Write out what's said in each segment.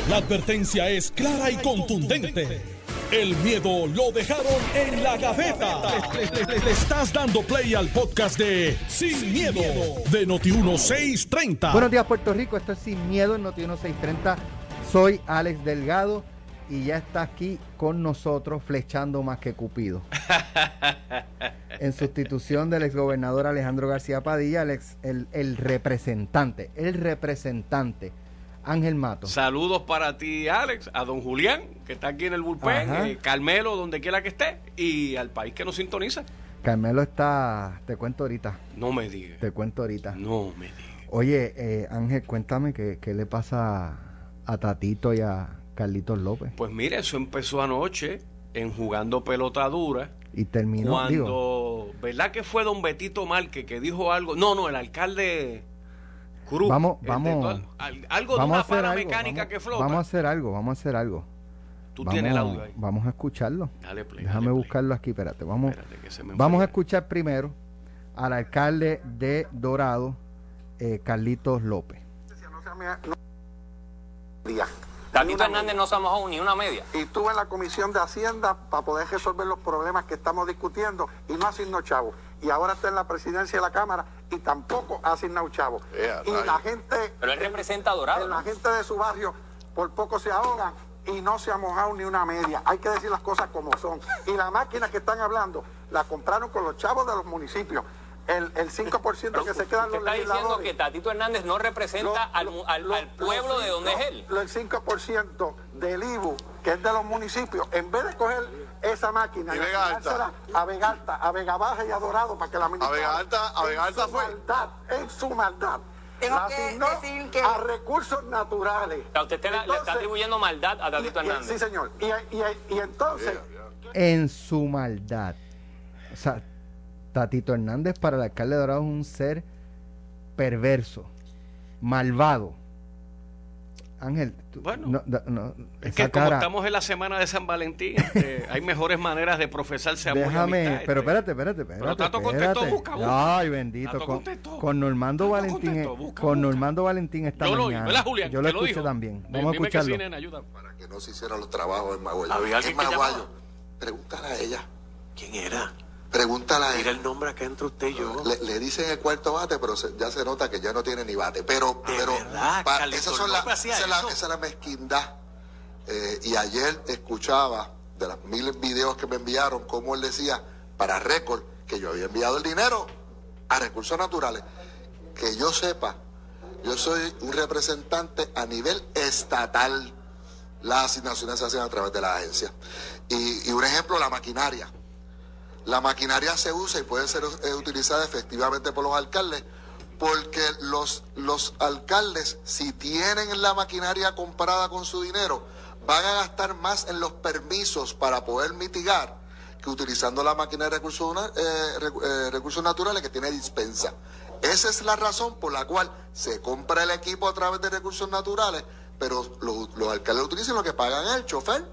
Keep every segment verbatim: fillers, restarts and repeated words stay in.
La advertencia es clara y contundente. El miedo lo dejaron en la gaveta. Le, le- le- le estás dando play al podcast de Sin, Miedo, de Noti uno seiscientos treinta. Buenos días, Puerto Rico. Esto es Sin Miedo en Noti uno seiscientos treinta. Soy Alex Delgado y ya está aquí con nosotros flechando más que Cupido. En sustitución del exgobernador Alejandro García Padilla, el, ex, el, el representante, el representante Ángel Mato. Saludos para ti, Alex, a don Julián, que está aquí en el bullpen, eh, Carmelo, donde quiera que esté, y al país que nos sintoniza. Carmelo está, te cuento ahorita. No me digas. Te cuento ahorita. No me digas. Oye, eh, Ángel, cuéntame qué, qué le pasa a Tatito y a Carlitos López. Pues mire, eso empezó anoche en Jugando Pelota Dura. Y terminó, Cuando, digo, ¿verdad que fue don Betito Márquez que dijo algo? No, no, el alcalde Cruz. Vamos, el vamos, de- al- algo vamos de a una hacer pala algo, mecánica vamos, que flota. vamos a hacer algo, vamos a hacer algo. Tú Vamos, tienes el audio ahí. Vamos a escucharlo. Dale play. Déjame dale play. buscarlo aquí, espérate. Vamos, Espérate que se me vamos a enfría. escuchar primero al alcalde de Dorado, eh, Carlitos López. Tatito Hernández no se ha mojado ni una media. Y estuve en la Comisión de Hacienda para poder resolver los problemas que estamos discutiendo y no asignó chavo. Y ahora está en la presidencia de la Cámara y tampoco ha asignado chavo. Yeah, y right. la gente, Pero él representa a Dorado, la ¿no? gente de su barrio por poco se ahogan y no se ha mojado ni una media. Hay que decir las cosas como son. Y la máquina que están hablando la compraron con los chavos de los municipios. El, el cinco por ciento Pero que se quedan usted los está diciendo legisladores. que Tatito Hernández no representa Lo- al, lo- mu- al, lo- al pueblo los de donde es cinco- él. lo- El cinco por ciento del I B U, que es de los municipios, en vez de coger esa máquina Y y Vega Alta. asignárseela a Vega Alta, a Vega Baja y a Dorado para que la administren. Vega Alta- a Vega Alta en su fue. maldad, en su maldad. Tengo la que asignó decir que- a recursos naturales. O sea, usted te la- le está Entonces, atribuyendo maldad a Tatito y- y- Hernández. Sí, señor. Y, y- y entonces, En su maldad. O sea, Tatito Hernández para el alcalde de Dorado es un ser perverso, malvado. Ángel, tú- Bueno, no, no, no, Es esa que como cara- estamos en la semana de San Valentín, este, hay mejores maneras de profesarse amor y Déjame, amistad, pero este. espérate, espérate, espérate. Pero Tato contestó, espérate. busca, busca. Ay, bendito. Tato Con, contestó. con Normando Tato Valentín, contestó, eh, busca, con busca. Normando Valentín esta Yo lo oí, mañana. ¿verdad, Julián? Yo lo ¿Te lo escuché dijo? también. Dime Vamos a que escucharlo. sí, nena, ayuda. Para que no se hicieran los trabajos en Maguayo. Había alguien En que Maguayo. llamaba. Pregúntale a ella. ¿Quién era? Pregúntale a Mira ella. el nombre acá entre usted y yo. Le, le dicen el cuarto bate, pero se- ya se nota que ya no tiene ni bate. Pero, De pero verdad, pa- Carlitos esas son la, López hacía esa, es la, eso. esa es la mezquindad. Eh, y ayer escuchaba de los miles de videos que me enviaron, como él decía, para récord, que yo había enviado el dinero a recursos naturales. Que yo sepa, yo soy un representante a nivel estatal. Las asignaciones se hacen a través de la agencia. Y, y un ejemplo, la maquinaria. La maquinaria se usa y puede ser eh, utilizada efectivamente por los alcaldes, porque los, los alcaldes, si tienen la maquinaria comprada con su dinero, van a gastar más en los permisos para poder mitigar que utilizando la maquinaria de recursos, na- eh, recu- eh, recursos naturales que tiene dispensa. Esa es la razón por la cual se compra el equipo a través de recursos naturales, pero los, los alcaldes utilizan lo que pagan el chofer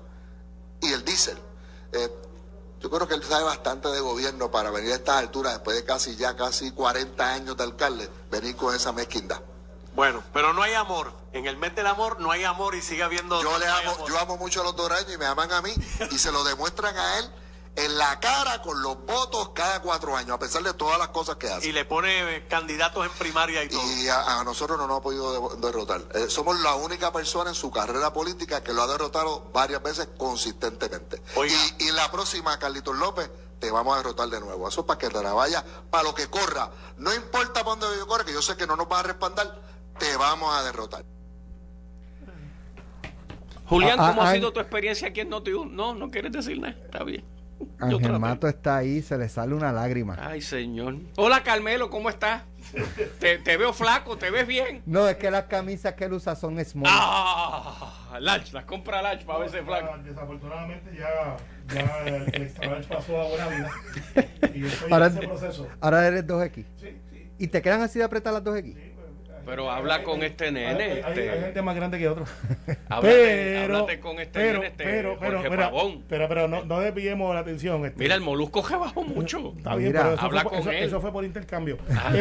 y el diésel. Eh, yo creo que él sabe bastante de gobierno para venir a estas alturas, después de casi ya casi cuarenta años de alcalde, venir con esa mezquindad. Bueno, pero no hay amor. En el mes del amor no hay amor y sigue habiendo. Yo le no hay amo, amor. yo amo mucho a los doraños y me aman a mí y se lo demuestran a él en la cara con los votos cada cuatro años, a pesar de todas las cosas que hace. Y le pone eh, candidatos en primaria y todo. Y a, a nosotros no nos ha podido de- derrotar. Eh, somos la única persona en su carrera política que lo ha derrotado varias veces consistentemente. Oiga. Y, y la próxima, Carlitos López, te vamos a derrotar de nuevo. Eso es para que te la vaya, para lo que corra. No importa para dónde yo corra, que yo sé que no nos vas a respaldar, te vamos a derrotar. Julián, Ah, ¿cómo ah, ha ah, sido tu experiencia aquí en Noti uno? No, no quieres decir nada. Está bien. Yo Ángel traté. Mato está ahí, se le sale una lágrima. Ay, señor. Hola, Carmelo, ¿cómo estás? te, te veo flaco, te ves bien. No, es que las camisas que él usa son small. Ah, Large, las compra Large para verse flaco. Desafortunadamente ya, ya el extra large pasó a buena vida y yo estoy Ahora, en ese proceso. ahora eres dos equis. Sí, sí, ¿Y te quedan así de apretar las dos equis? sí, pues, pero habla con este nene. Hay, este, hay, hay gente más grande que otro. háblate, pero, háblate con este pero, nene, este pero, pero, Jorge mira, Pavón. pero, pero no, no desviemos la atención. Este. Mira, el Molusco que bajó mucho. Está bien, Mira, pero eso, habla fue, con eso, él. eso fue por intercambio. Ah.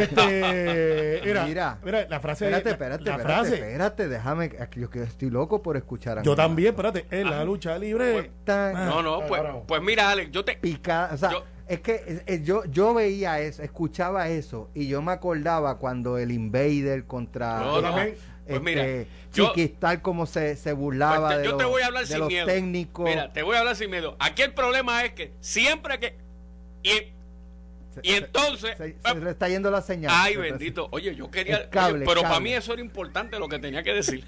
Este, mira, Mira, mira, la frase. Espérate, la, espérate, la espérate, frase. espérate, déjame, aquí yo que estoy loco por escuchar a Yo mi también, hermano. espérate, en la lucha libre. Tan Ah, No, no, pues, ahora- pues mira, Alex, yo te... picada, o sea, Yo- es que eh, eh, yo yo veía eso, escuchaba eso y yo me acordaba cuando el Invader contra No, no. este, Pues mira, yo- Chiquistal como se, se burlaba Pues te- de yo los, te voy a hablar de sin los miedo. técnicos. Mira, te voy a hablar sin miedo. Aquí el problema es que siempre que... Y, Se- y entonces... se, se le está yendo la señal. Ay, Se- bendito. Oye, yo quería... El cable, oye, pero cable. para mí eso era importante lo que tenía que decir.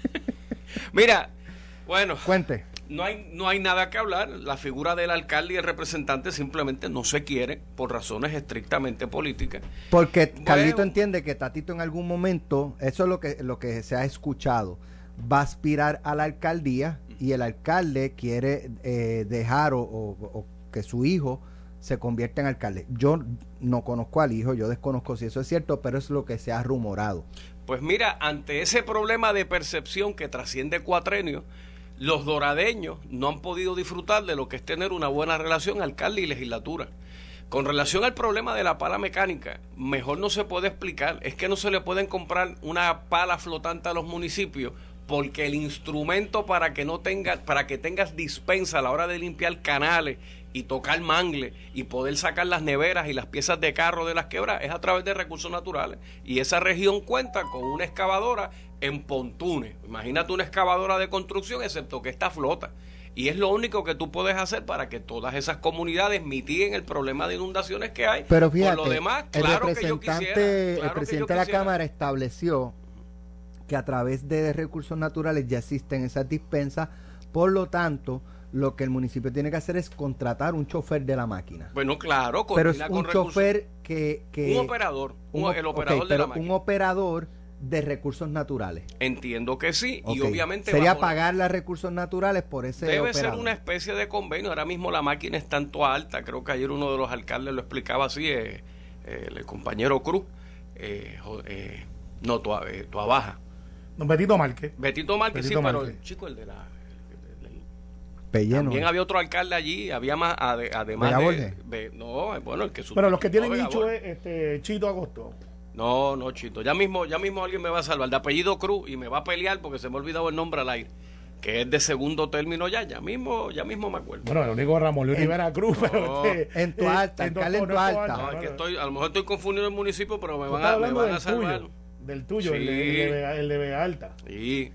Mira, bueno... Cuente. No hay, no hay nada que hablar. La figura del alcalde y el representante simplemente no se quieren por razones estrictamente políticas. Porque Bueno. Carlito entiende que Tatito en algún momento, eso es lo que, lo que se ha escuchado, va a aspirar a la alcaldía y el alcalde quiere eh, dejar o, o- o que su hijo se convierta en alcalde. Yo no conozco al hijo, yo desconozco si eso es cierto, pero es lo que se ha rumorado. Pues mira, ante ese problema de percepción que trasciende cuatrenios, los doradeños no han podido disfrutar de lo que es tener una buena relación alcalde y legislatura. Con relación al problema de la pala mecánica, mejor no se puede explicar, es que no se le pueden comprar una pala flotante a los municipios porque el instrumento para que no tengas, para que tengas dispensa a la hora de limpiar canales y tocar mangle y poder sacar las neveras y las piezas de carro de las quebras es a través de recursos naturales. Y esa región cuenta con una excavadora en pontones. Imagínate una excavadora de construcción, excepto que esta flota. Y es lo único que tú puedes hacer para que todas esas comunidades mitiguen el problema de inundaciones que hay. Pero fíjate, Por lo demás, el claro que yo representante, quisiera, el claro que presidente yo de la quisiera. Cámara estableció que a través de recursos naturales ya existen esas dispensas, por lo tanto, lo que el municipio tiene que hacer es contratar un chofer de la máquina. Bueno, claro, Pero es coordina un con recursos- chofer que, que un operador, un- un- el ok, operador de pero la máquina. un operador de recursos naturales. Entiendo que sí, y Ok. obviamente sería bajo- pagar los recursos naturales por ese Debe operador. ser una especie de convenio. Ahora mismo la máquina es tanto alta. Creo que ayer uno de los alcaldes lo explicaba así, eh, eh, el compañero Cruz. Eh, jo- eh, no, Tua, eh, Tuabaja. Don Betito Márquez. Betito Márquez, sí, Betito pero Márquez. chico, el de la... el- el- Pelleno. También había otro alcalde allí, había más, ade- además ¿Vega de, Borges? de- no, bueno, el que su- Pero los que tienen no, Vega dicho Borges. es este, Chito Agosto. No, no, Chito. Ya mismo, ya mismo alguien me va a salvar. De apellido Cruz y me va a pelear porque se me ha olvidado el nombre al aire. Que es de segundo término ya. Ya mismo, ya mismo me acuerdo. Bueno, el único Ramón Luis En- Rivera Cruz, No, pero este, en tu eh, alta, en alcalde en no, tu no, alta. No, es que estoy, a lo mejor estoy confundiendo el municipio, pero me Tú van estás a, me hablando van a del salvar. tuyo, del tuyo, el, Sí. de, el, de Vega, el de Vega Alta. Sí.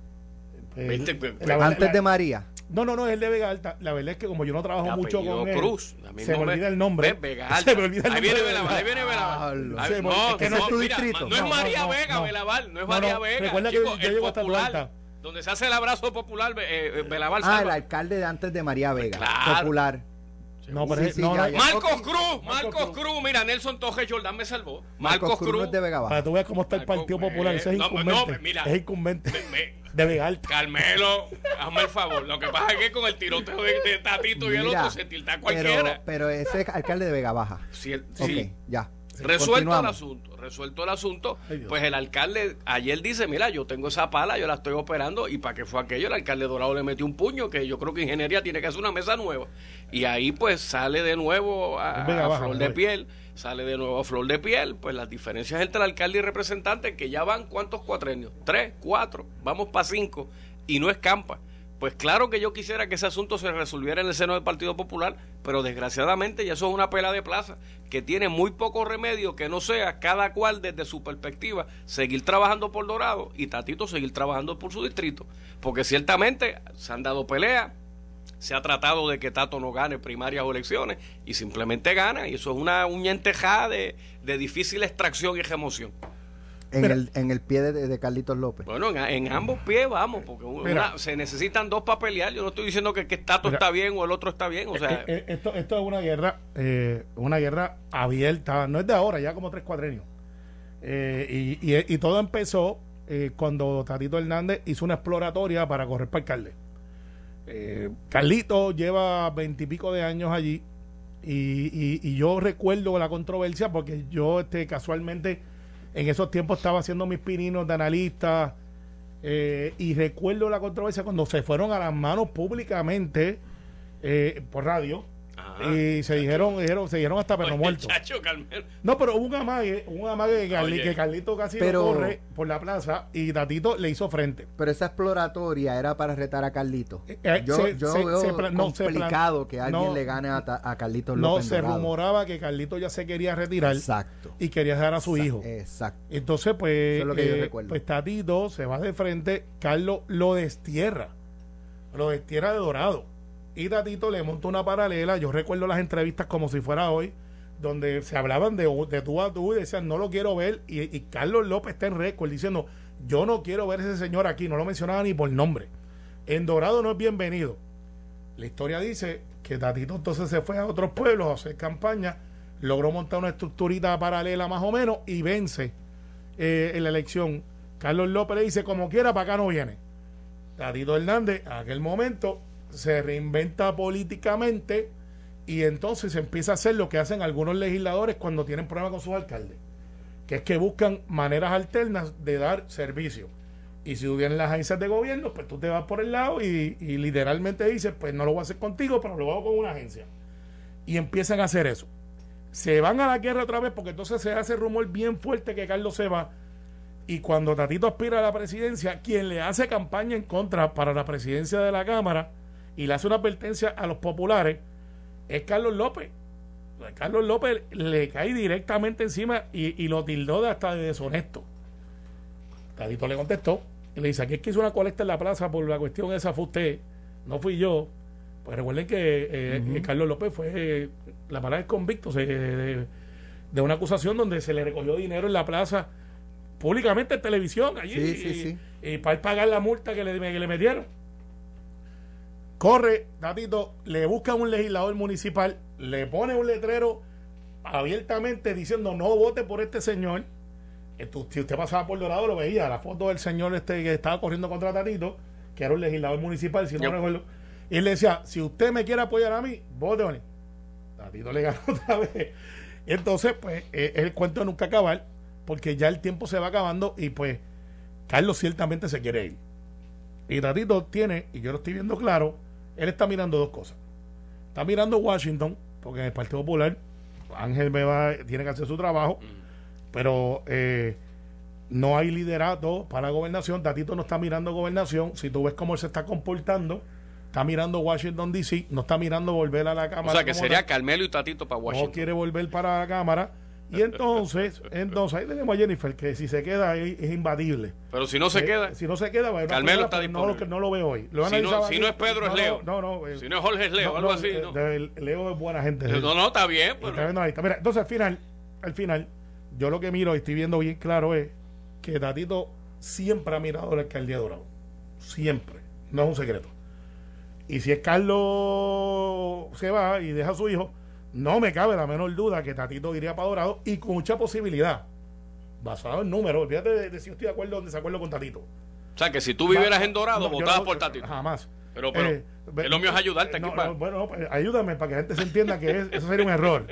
Eh, Viste, la pues, verdad- Antes la- de María. No, no, no, es el de Vega Alta. La verdad es que como yo no trabajo De mucho apellido con él, Cruz. La misma se me me- olvida el nombre. Ve, Vega Se Alta. me olvida el Ahí nombre. viene de Velaval, Vega ahí viene Velaval. Diablo. Ahí- Se me- no, es que no es tu mira, distrito. No es No, María no, Vega, no. Velaval, no es No, María no, Vega. recuerda que Chico, yo el llego hasta tu popular, alta. donde se hace el abrazo popular, eh, eh, Velaval Ah, el salva. alcalde de antes de María Vega. claro. Popular. No, pero Sí, es- sí, no, ya, no, ya. Marcos Ok. Cruz, Marcos Marcos Cruz. Cruz, mira, Nelson Torres Jordán me salvó. Marcos, Marcos Cruz no Cruz. es de Vega Baja. para que tú veas cómo está el Marcos, Partido Popular, eso es eh, no, incumbente. no, mira. es incumbente. Me- me- De Vega Alta. Carmelo, hazme el favor. Lo que pasa es que con el tiroteo de, de Tatito y el Mira, otro se tilta cualquiera. Pero, pero ese es alcalde de Vega Baja. Sí, el- Ok, sí. ya. Resuelto Continuamos. el asunto, resuelto el asunto, Ay, Dios. pues el alcalde ayer dice, mira, yo tengo esa pala, yo la estoy operando, y para qué fue aquello, el alcalde Dorado le metió un puño, que yo creo que ingeniería tiene que hacer una mesa nueva, y ahí pues sale de nuevo a, Es Vega a Baja, flor de ¿no? piel, sale de nuevo a flor de piel, pues las diferencias entre el alcalde y el representante, que ya van, ¿cuántos cuatrenios? Tres, cuatro, vamos para cinco, y no escampa. Pues claro que yo quisiera que ese asunto se resolviera en el seno del Partido Popular, pero desgraciadamente ya eso es una pela de plaza que tiene muy poco remedio que no sea cada cual desde su perspectiva seguir trabajando por Dorado y Tatito seguir trabajando por su distrito, porque ciertamente se han dado peleas, se ha tratado de que Tato no gane primarias o elecciones y simplemente gana, y eso es una uña entejada de, de difícil extracción y remoción. En, Mira. el, en el pie de, de Carlitos López. Bueno, en, en ambos pies vamos, porque una- Mira. se necesitan dos para pelear. Yo no estoy diciendo que, que Tato Mira. está bien o el otro está bien. O sea, Eh, eh, esto, esto es una guerra, eh, una guerra abierta, no es de ahora, ya como tres cuatrenios. Eh, y, y, y todo empezó eh, cuando Tatito Hernández hizo una exploratoria para correr para alcalde. Eh, Carlito lleva veintipico de años allí y, y, y yo recuerdo la controversia porque yo este, casualmente En esos tiempos estaba haciendo mis pininos de analista eh, y recuerdo la controversia cuando se fueron a las manos públicamente eh, por radio. Ajá, y se dijeron, dijeron, se dijeron hasta perro muerto. No, pero hubo un amague, un amague que, Carli, que Carlito casi pero, lo corre por la plaza y Tatito le hizo frente. Pero esa exploratoria era para retar a Carlito. Eh, yo se, yo se, veo se plan, complicado no, que alguien no, le gane a, a Carlitos No, López se Dorado. rumoraba que Carlito ya se quería retirar. Exacto. Y quería dejar a su exacto, hijo. Exacto. Entonces, pues, eso es lo que eh, yo recuerdo. Pues Tatito se va de frente, Carlos lo destierra. Lo destierra de Dorado. Y Tatito le monta una paralela. Yo recuerdo las entrevistas como si fuera hoy, donde se hablaban de, de tú a tú y decían, no lo quiero ver. Y, y Carlos López está en récord diciendo, yo no quiero ver a ese señor aquí. No lo mencionaba ni por nombre. En Dorado no es bienvenido. La historia dice que Tatito entonces se fue a otros pueblos a hacer campaña, logró montar una estructurita paralela más o menos y vence eh, en la elección. Carlos López le dice, como quiera, para acá no viene. Tatito Hernández, en aquel momento, se reinventa políticamente y entonces empieza a hacer lo que hacen algunos legisladores cuando tienen problemas con sus alcaldes, que es que buscan maneras alternas de dar servicio. Y si tú tienes las agencias de gobierno, pues tú te vas por el lado y, y literalmente dices, pues no lo voy a hacer contigo, pero lo hago con una agencia. Y empiezan a hacer eso. Se van a la guerra otra vez porque entonces se hace rumor bien fuerte que Carlos se va. Y cuando Tatito aspira a la presidencia, quien le hace campaña en contra para la presidencia de la Cámara y le hace una advertencia a los populares es Carlos López. Carlos López le cae directamente encima y, y lo tildó de hasta de deshonesto. Tatito le contestó y le dice, aquí es que hizo una colecta en la plaza por la cuestión esa, fue usted, no fui yo. Pues recuerden que eh, uh-huh. Carlos López fue, eh, la palabra es convicto se, de, de una acusación donde se le recogió dinero en la plaza públicamente en televisión allí sí, sí, y, sí. y para pagar la multa que le, que le metieron. Corre, Tatito, le busca a un legislador municipal, le pone un letrero abiertamente diciendo no vote por este señor. Esto, si usted pasaba por Dorado lo veía, la foto del señor este que estaba corriendo contra Tatito, que era un legislador municipal, si no me recuerdo, y él le decía, si usted me quiere apoyar a mí, vote por él. Tatito le ganó otra vez. Y entonces, pues, eh, el cuento nunca acabar, porque ya el tiempo se va acabando y pues Carlos ciertamente se quiere ir. Y Tatito tiene, y yo lo estoy viendo claro, él está mirando dos cosas. Está mirando Washington, porque en el Partido Popular Ángel Beba tiene que hacer su trabajo, pero eh, no hay liderato para la gobernación. Tatito no está mirando gobernación. Si tú ves cómo él se está comportando, está mirando Washington D C, no está mirando volver a la Cámara. O sea que sería tal. Carmelo y Tatito para Washington. No quiere volver para la Cámara. Y entonces, entonces ahí tenemos a Jennifer, que si se queda ahí es imbatible. Pero si no se eh, queda. Si no se queda, bueno, Carmelo está no, disponible. No, no lo veo hoy. Lo si, no, si no es Pedro, no, es Leo. No, no. Eh, si no es Jorge, es Leo, no, algo no, así. Eh, ¿no? de, Leo es buena gente. No, no, está bien. Pero... Está viendo, mira, entonces al final, al final, yo lo que miro y estoy viendo bien claro es que Tatito siempre ha mirado la alcaldía de Dorado. Siempre. No es un secreto. Y si es Carlos se va y deja a su hijo, no me cabe la menor duda que Tatito iría para Dorado y con mucha posibilidad, basado en números. Olvídate de, de si yo estoy de acuerdo o en desacuerdo con Tatito. O sea, que si tú vivieras en Dorado, no, votabas no, por Tatito. Jamás. Pero, pero eh, es lo mío es ayudarte no, aquí. No, para... bueno, no, pues, ayúdame para que la gente se entienda que es, eso sería un error.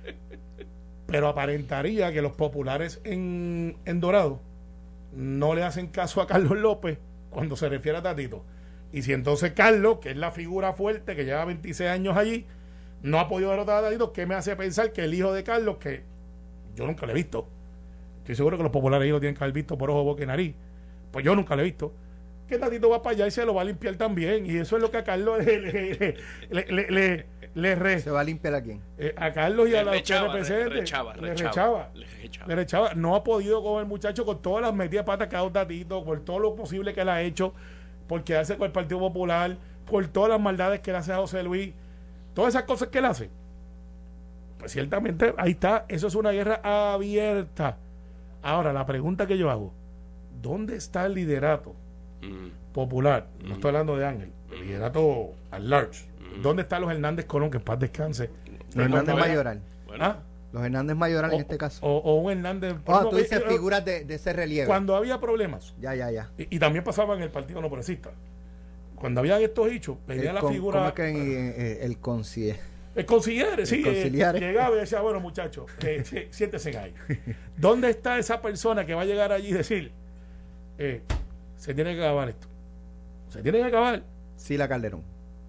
Pero aparentaría que los populares en, en Dorado no le hacen caso a Carlos López cuando se refiere a Tatito. Y si entonces Carlos, que es la figura fuerte que lleva veintiséis años allí, no ha podido derrotar a Tatito, ¿qué me hace pensar que el hijo de Carlos, que yo nunca lo he visto, estoy seguro que los populares ahí lo tienen que haber visto por ojo, boca y nariz, pues yo nunca lo he visto, que Tatito va para allá y se lo va a limpiar también, y eso es lo que a Carlos le le, le, le, le, le re, ¿se va a limpiar a quién? Eh, a Carlos y le a los rechaba, que representen, le rechaba, le rechaba, rechaba, le rechaba. le rechaba, no ha podido con el muchacho con todas las metidas patas que ha dado Tatito, por todo lo posible que él ha hecho, por quedarse con el Partido Popular, por todas las maldades que le hace a José Luis, todas esas cosas que él hace. Pues ciertamente ahí está, eso es una guerra abierta. Ahora, la pregunta que yo hago, ¿dónde está el liderato mm. popular? No mm. estoy hablando de Ángel, el liderato al large. Mm. ¿Dónde están los Hernández Colón, que en paz descanse? Los Hernández Mayoral. Bueno. ¿Ah? Los Hernández Mayoral o, en este caso. O, o un Hernández... Ah, oh, tú dices eh, figuras de, de ese relieve. Cuando había problemas. Ya, ya, ya. Y, y también pasaba en el Partido No Progresista. Cuando habían estos hechos, venía la con, figura... ¿Cómo es que en, eh, el concie? El conciliar, sí. conciliar. Eh, llegaba y decía, bueno, muchachos, eh, sí, siéntese ahí. ¿Dónde está esa persona que va a llegar allí y decir, eh, se tiene que acabar esto? Se tiene que acabar. Sila Calderón.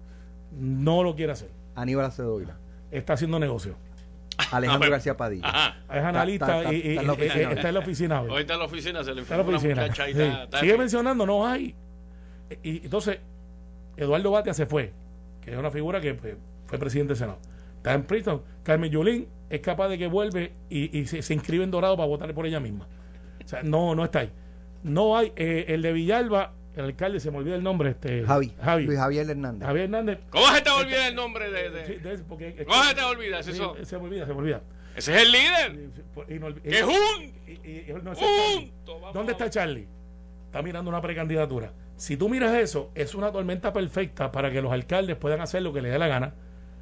No lo quiere hacer. Aníbal Acevedo Vila. Está haciendo negocio. Alejandro Ah, García Padilla. Ajá. Es analista Está- está- y, y- está en la y- y- oficina. está en la oficina. hoy. Hoy está en la oficina, se le Está en la enfermó una oficina. muchacha y Sí. está- está Sigue aquí. mencionando, no hay. Y, y entonces, Eduardo Batia se fue, que es una figura que pues, fue presidente del Senado. Está en Princeton. Carmen Yulín es capaz de que vuelve y, y se, se inscribe en Dorado para votar por ella misma. O sea, no, no está ahí. No hay. Eh, el de Villalba, el alcalde, se me olvida el nombre. Este, Javi. Javi. Luis Javier Hernández. Javier Hernández. ¿Cómo se te olvida el nombre de...? de- Sí, de ese, porque, es ¿Cómo que- se te olvida? sí, Eso? se me olvida, se me olvida. Ese es el líder. Y no- y- ¡Que es un... y- y- y no es Charlie. Punto. Vamos ¿Dónde a ver. está Charlie? Está mirando una precandidatura. Si tú miras eso, es una tormenta perfecta para que los alcaldes puedan hacer lo que les dé la gana,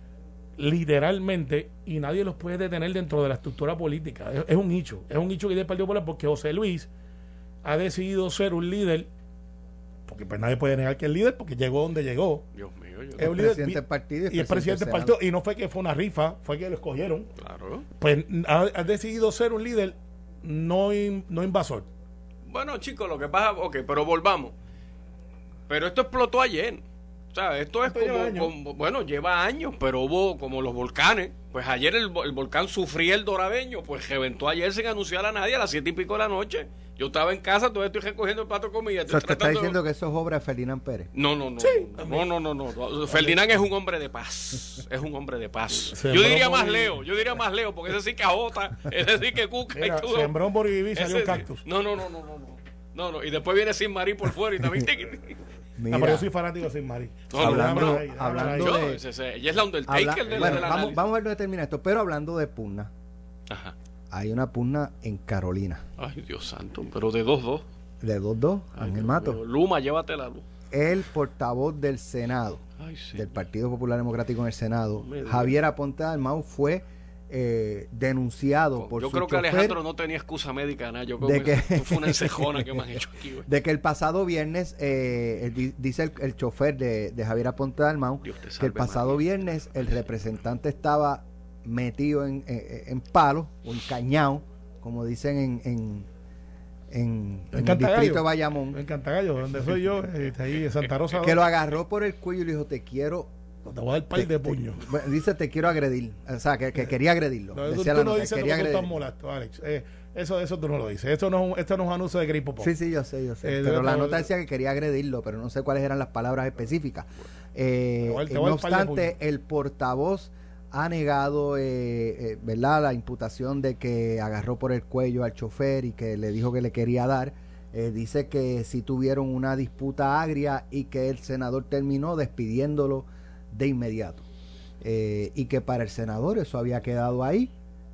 literalmente, y nadie los puede detener dentro de la estructura política. Es, es un hecho, es un hecho que hay del Partido Popular porque José Luis ha decidido ser un líder, porque pues nadie puede negar que es líder porque llegó donde llegó. Dios mío, yo... Es un Es líder presidente del partido y es presidente del partido, y no fue que fue una rifa, fue que lo escogieron. Claro. Pues ha, ha decidido ser un líder no, in- no invasor. Bueno, chicos, lo que pasa... Ok, pero volvamos. Pero esto explotó ayer. O sea, esto es Esto lleva como, años. como- bueno, lleva años, pero hubo como los volcanes. Pues ayer el, vo- el volcán sufría el doradeño, pues reventó ayer sin anunciar a nadie a las siete y pico de la noche. Yo estaba en casa, todavía estoy recogiendo el plato de comida. O estoy sea, te está tratando de- diciendo que eso es obra de Ferdinand Pérez. No, no, no. Sí, no, no, no, no, no. Ferdinand es un hombre de paz. Es un hombre de paz. Sembró Yo diría más por- Leo, yo diría más Leo, porque ese sí que agota, ese sí que cuca Mira, y todo. sembró un boribí y salió Ese un sí. cactus. No, no, no, no, no, no. No, no, y después viene Sin Marí por fuera y también. Mira, Ah, pero yo soy fanático de Sin Mari. No, no, hablando, no, no. hablando Yo, de... ese- ese- ella es la habla- Undertaker del, bueno, del vamos, análisis. vamos a ver dónde termina esto. Pero hablando de pugna, Ajá. hay una pugna en Carolina. Ay, Dios santo, pero de dos dos. De dos dos, Ay, Ángel Dios Mato. mío. Luma, llévate la luz. El portavoz del Senado, Ay, sí. del Partido Popular Democrático en el Senado, Me diga. Javier Aponte Dalmau, fue eh, denunciado por Yo su creo que chofer Alejandro no tenía excusa médica, nada. Yo creo de que, que- eso fue una encejona que me han hecho aquí, güey. de que el pasado viernes, eh, el di- dice el, el chofer de, de Javier Aponte Dalmau, Dios te que el salve, pasado María. viernes el representante estaba metido en, en, en palo o encañado, como dicen en, en, en, en el Cantagallo. distrito de Bayamón, En Cantagallo, donde soy yo, eh, está ahí en Santa Rosa. que lo agarró por el cuello y le dijo, te quiero... Te voy a dar par de te- puños. bueno, dice, te quiero agredir. O sea, que, que quería agredirlo. No, tú, Decía tú la no nota, dices quería que tú estás agredir. molesto, Alex. Eh, eso, eso tú no lo dices. Esto no, es un- esto no es un anuncio de gripo. Sí, sí, yo sé, yo sé. Eh, pero de- la de- nota decía que quería agredirlo, pero no sé cuáles eran las palabras específicas. Eh, Te voy a- te eh, voy a no dar par de obstante, puños. el portavoz ha negado, eh, eh, ¿verdad?, la imputación de que agarró por el cuello al chofer y que le dijo que le quería dar. Eh, dice que sí tuvieron una disputa agria y que el senador terminó despidiéndolo de inmediato. Eh, y que para el senador eso había quedado ahí.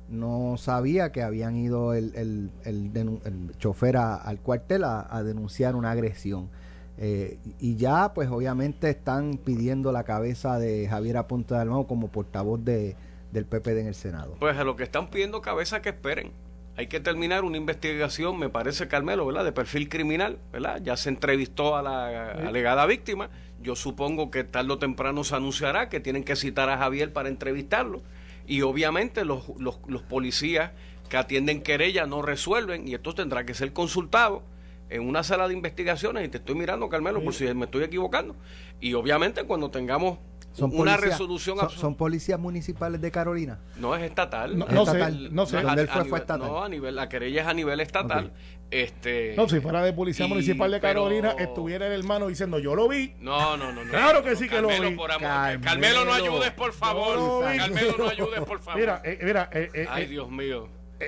No sabía que habían ido el, el, el, denu- el chofer a- al cuartel a, a denunciar una agresión. Eh, y ya, pues obviamente están pidiendo la cabeza de Javier Aponte Dalmau como portavoz de, del P P D en el Senado. Pues a lo que están pidiendo cabeza que esperen. Hay que terminar una investigación, me parece, Carmelo, ¿verdad?, de perfil criminal, ¿verdad? Ya se entrevistó a la alegada víctima. Yo supongo que tarde o temprano se anunciará que tienen que citar a Javier para entrevistarlo. Y obviamente los, los, los policías que atienden querella no resuelven y esto tendrá que ser consultado en una sala de investigaciones. Y te estoy mirando, Carmelo, por si me estoy equivocando. Y obviamente cuando tengamos Son una policías- resolución son, abs- son policías municipales de Carolina. no es estatal. No, es no sé, estatal. no sé. es Donde a- él fue a fue nivel- estatal. No, a nivel, la querella es a nivel estatal. Ok. Este, No, si fuera de Policía y- Municipal de pero- Carolina, estuviera el hermano diciendo, yo lo vi. No, no, no, no. Claro que sí que lo Carmelo, vi. por amor- Carmelo. Carmelo, no ayudes, por favor. Yo lo vi. Carmelo, no ayudes, por favor. Mira, eh, mira, eh, eh, Ay, eh, Dios mío.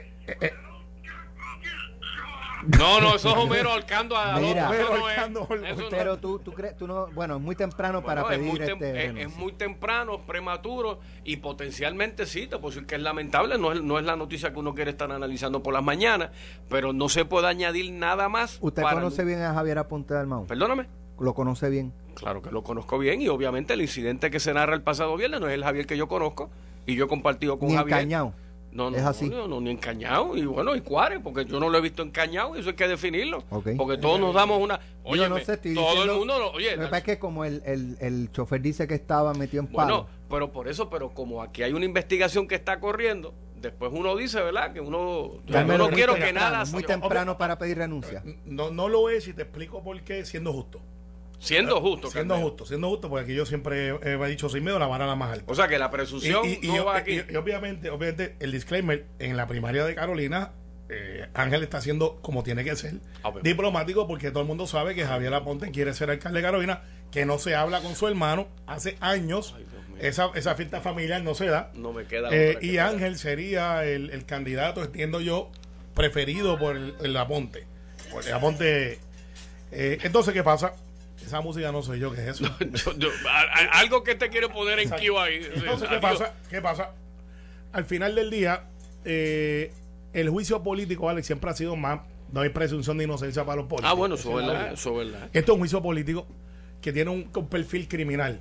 No, no, eso es Homero ahorcando a Mira. Homero Homero no es- ahorcando a- eso no Pero es- tú, tú crees, tú no, bueno, es muy temprano para Bueno, es pedir muy tem- este es- es, renuncia. muy temprano, prematuro y potencialmente sí, te puedo decir que es lamentable, no es, no es la noticia que uno quiere estar analizando por las mañanas, pero no se puede añadir nada más. ¿Usted para- conoce bien a Javier Aponte Dalmau? Perdóname. Lo conoce bien. Claro que lo conozco bien y obviamente el incidente que se narra el pasado viernes no es el Javier que yo conozco y yo he compartido con Ni Javier. encañado. No, no, ¿Es así? No, no, ni encañado. Y bueno, y Cuare, porque yo no lo he visto encañado y eso hay que definirlo. Okay. Porque todos nos damos una... Oye, Yo no sé, estoy todo diciendo- el mundo... Lo, oye, Lo que pasa es que como el, el, el chofer dice que estaba metido en palo. bueno, pero por eso, pero como aquí hay una investigación que está corriendo, después uno dice, ¿verdad? Que uno... Yo Carmelo, no muy quiero que temprano, nada... muy salga- temprano para pedir renuncia. No, no lo es y te explico por qué, siendo justo. Siendo justo, Siendo Carmelo. justo, siendo justo, porque aquí yo siempre he, he dicho sin miedo la vara la más alta. O sea que la presunción y, y- no y- va y- aquí. y obviamente, obviamente, el disclaimer, en la primaria de Carolina, eh, Ángel está haciendo como tiene que ser, Ah, pues. diplomático, porque todo el mundo sabe que Javier Aponte quiere ser alcalde de Carolina, que no se habla con su hermano hace años. Ay, Dios mío. esa, esa fiesta familiar no se da. No me queda Eh, otra que y ver. Ángel sería el, el candidato, entiendo yo, preferido por el, el Aponte. Por el Aponte. Eh, entonces, ¿qué pasa? Esa música no soy yo, ¿qué es eso? Yo- yo- a- a- algo que te quiero poner en Exacto. Q ahí. Entonces, ¿qué Adiós. pasa? ¿Qué pasa? Al final del día, eh, el juicio político, Alex, siempre ha sido más. No hay presunción de inocencia para los políticos. Ah, bueno, eso Esa es la verdad, realidad. eso es verdad. Esto es un juicio político que tiene un, un perfil criminal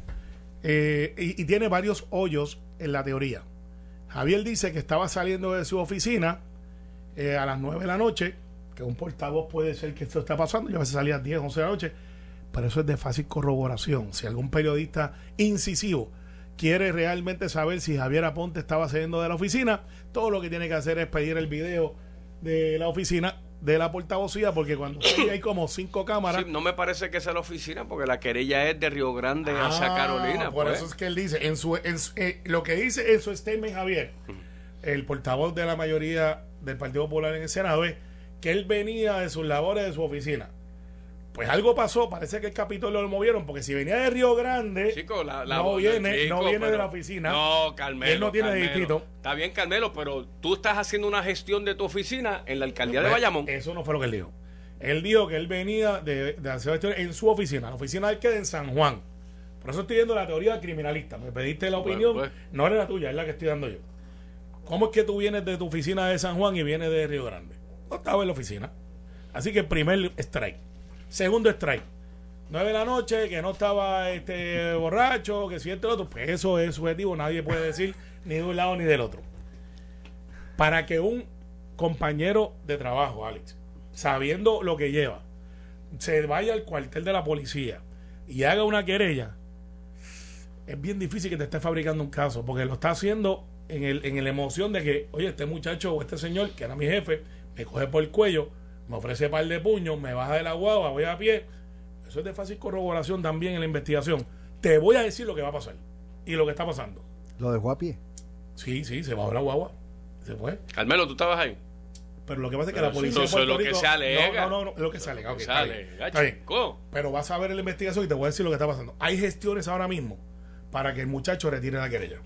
eh, y, y tiene varios hoyos en la teoría. Javier dice que estaba saliendo de su oficina eh, a las nueve de la noche, que un portavoz puede ser que esto está pasando, yo a veces salía a las diez, once de la noche, pero eso es de fácil corroboración. Si algún periodista incisivo quiere realmente saber si Javier Aponte estaba saliendo de la oficina, todo lo que tiene que hacer es pedir el video de la oficina de la portavocía, porque cuando hay como cinco cámaras. Sí, no me parece que sea la oficina, porque la querella es de Río Grande hacia Ah, Carolina. Por pues. eso es que él dice, en su, en su- eh, lo que dice en su statement, Javier, el portavoz de la mayoría del Partido Popular en el Senado, es que él venía de sus labores de su oficina. Pues algo pasó, parece que el Capitolio lo movieron, porque si venía de Río Grande, Chico, la, la- no viene, chico, no viene de pero- la oficina. No, Carmelo. Él no tiene Carmelo. distrito. Está bien, Carmelo, pero tú estás haciendo una gestión de tu oficina en la alcaldía de Pues, Bayamón. Eso no fue lo que él dijo. Él dijo que él venía de, de hacer gestiones en su oficina, la oficina del que en San Juan. Por eso estoy viendo la teoría criminalista. Me pediste la Bueno, opinión, pues. no era la tuya, es la que estoy dando yo. ¿Cómo es que tú vienes de tu oficina de San Juan y vienes de Río Grande? No estaba en la oficina. Así que primer strike. Segundo strike. Nueve de la noche, que no estaba este borracho, que si este otro. Pues eso es subjetivo, nadie puede decir ni de un lado ni del otro. Para que un compañero de trabajo, Alex, sabiendo lo que lleva, se vaya al cuartel de la policía y haga una querella, es bien difícil que te esté fabricando un caso, porque lo está haciendo en el en la emoción de que, oye, este muchacho o este señor, que era mi jefe, me coge por el cuello, me ofrece par de puños, me baja de la guagua, voy a pie. Eso es de fácil corroboración también en la investigación. Te voy a decir lo que va a pasar y lo que está pasando. Lo dejó a pie. Sí, sí, se bajó la guagua, se fue. Carmelo, tú estabas ahí. Pero lo que pasa es que Pero la policía eso de es lo Puerto que Rico- se alega. No, no, no, es lo que se alega. ok, Se está bien, alega, está bien. chico. Pero vas a ver en la investigación y te voy a decir lo que está pasando. Hay gestiones ahora mismo para que el muchacho retire la querella.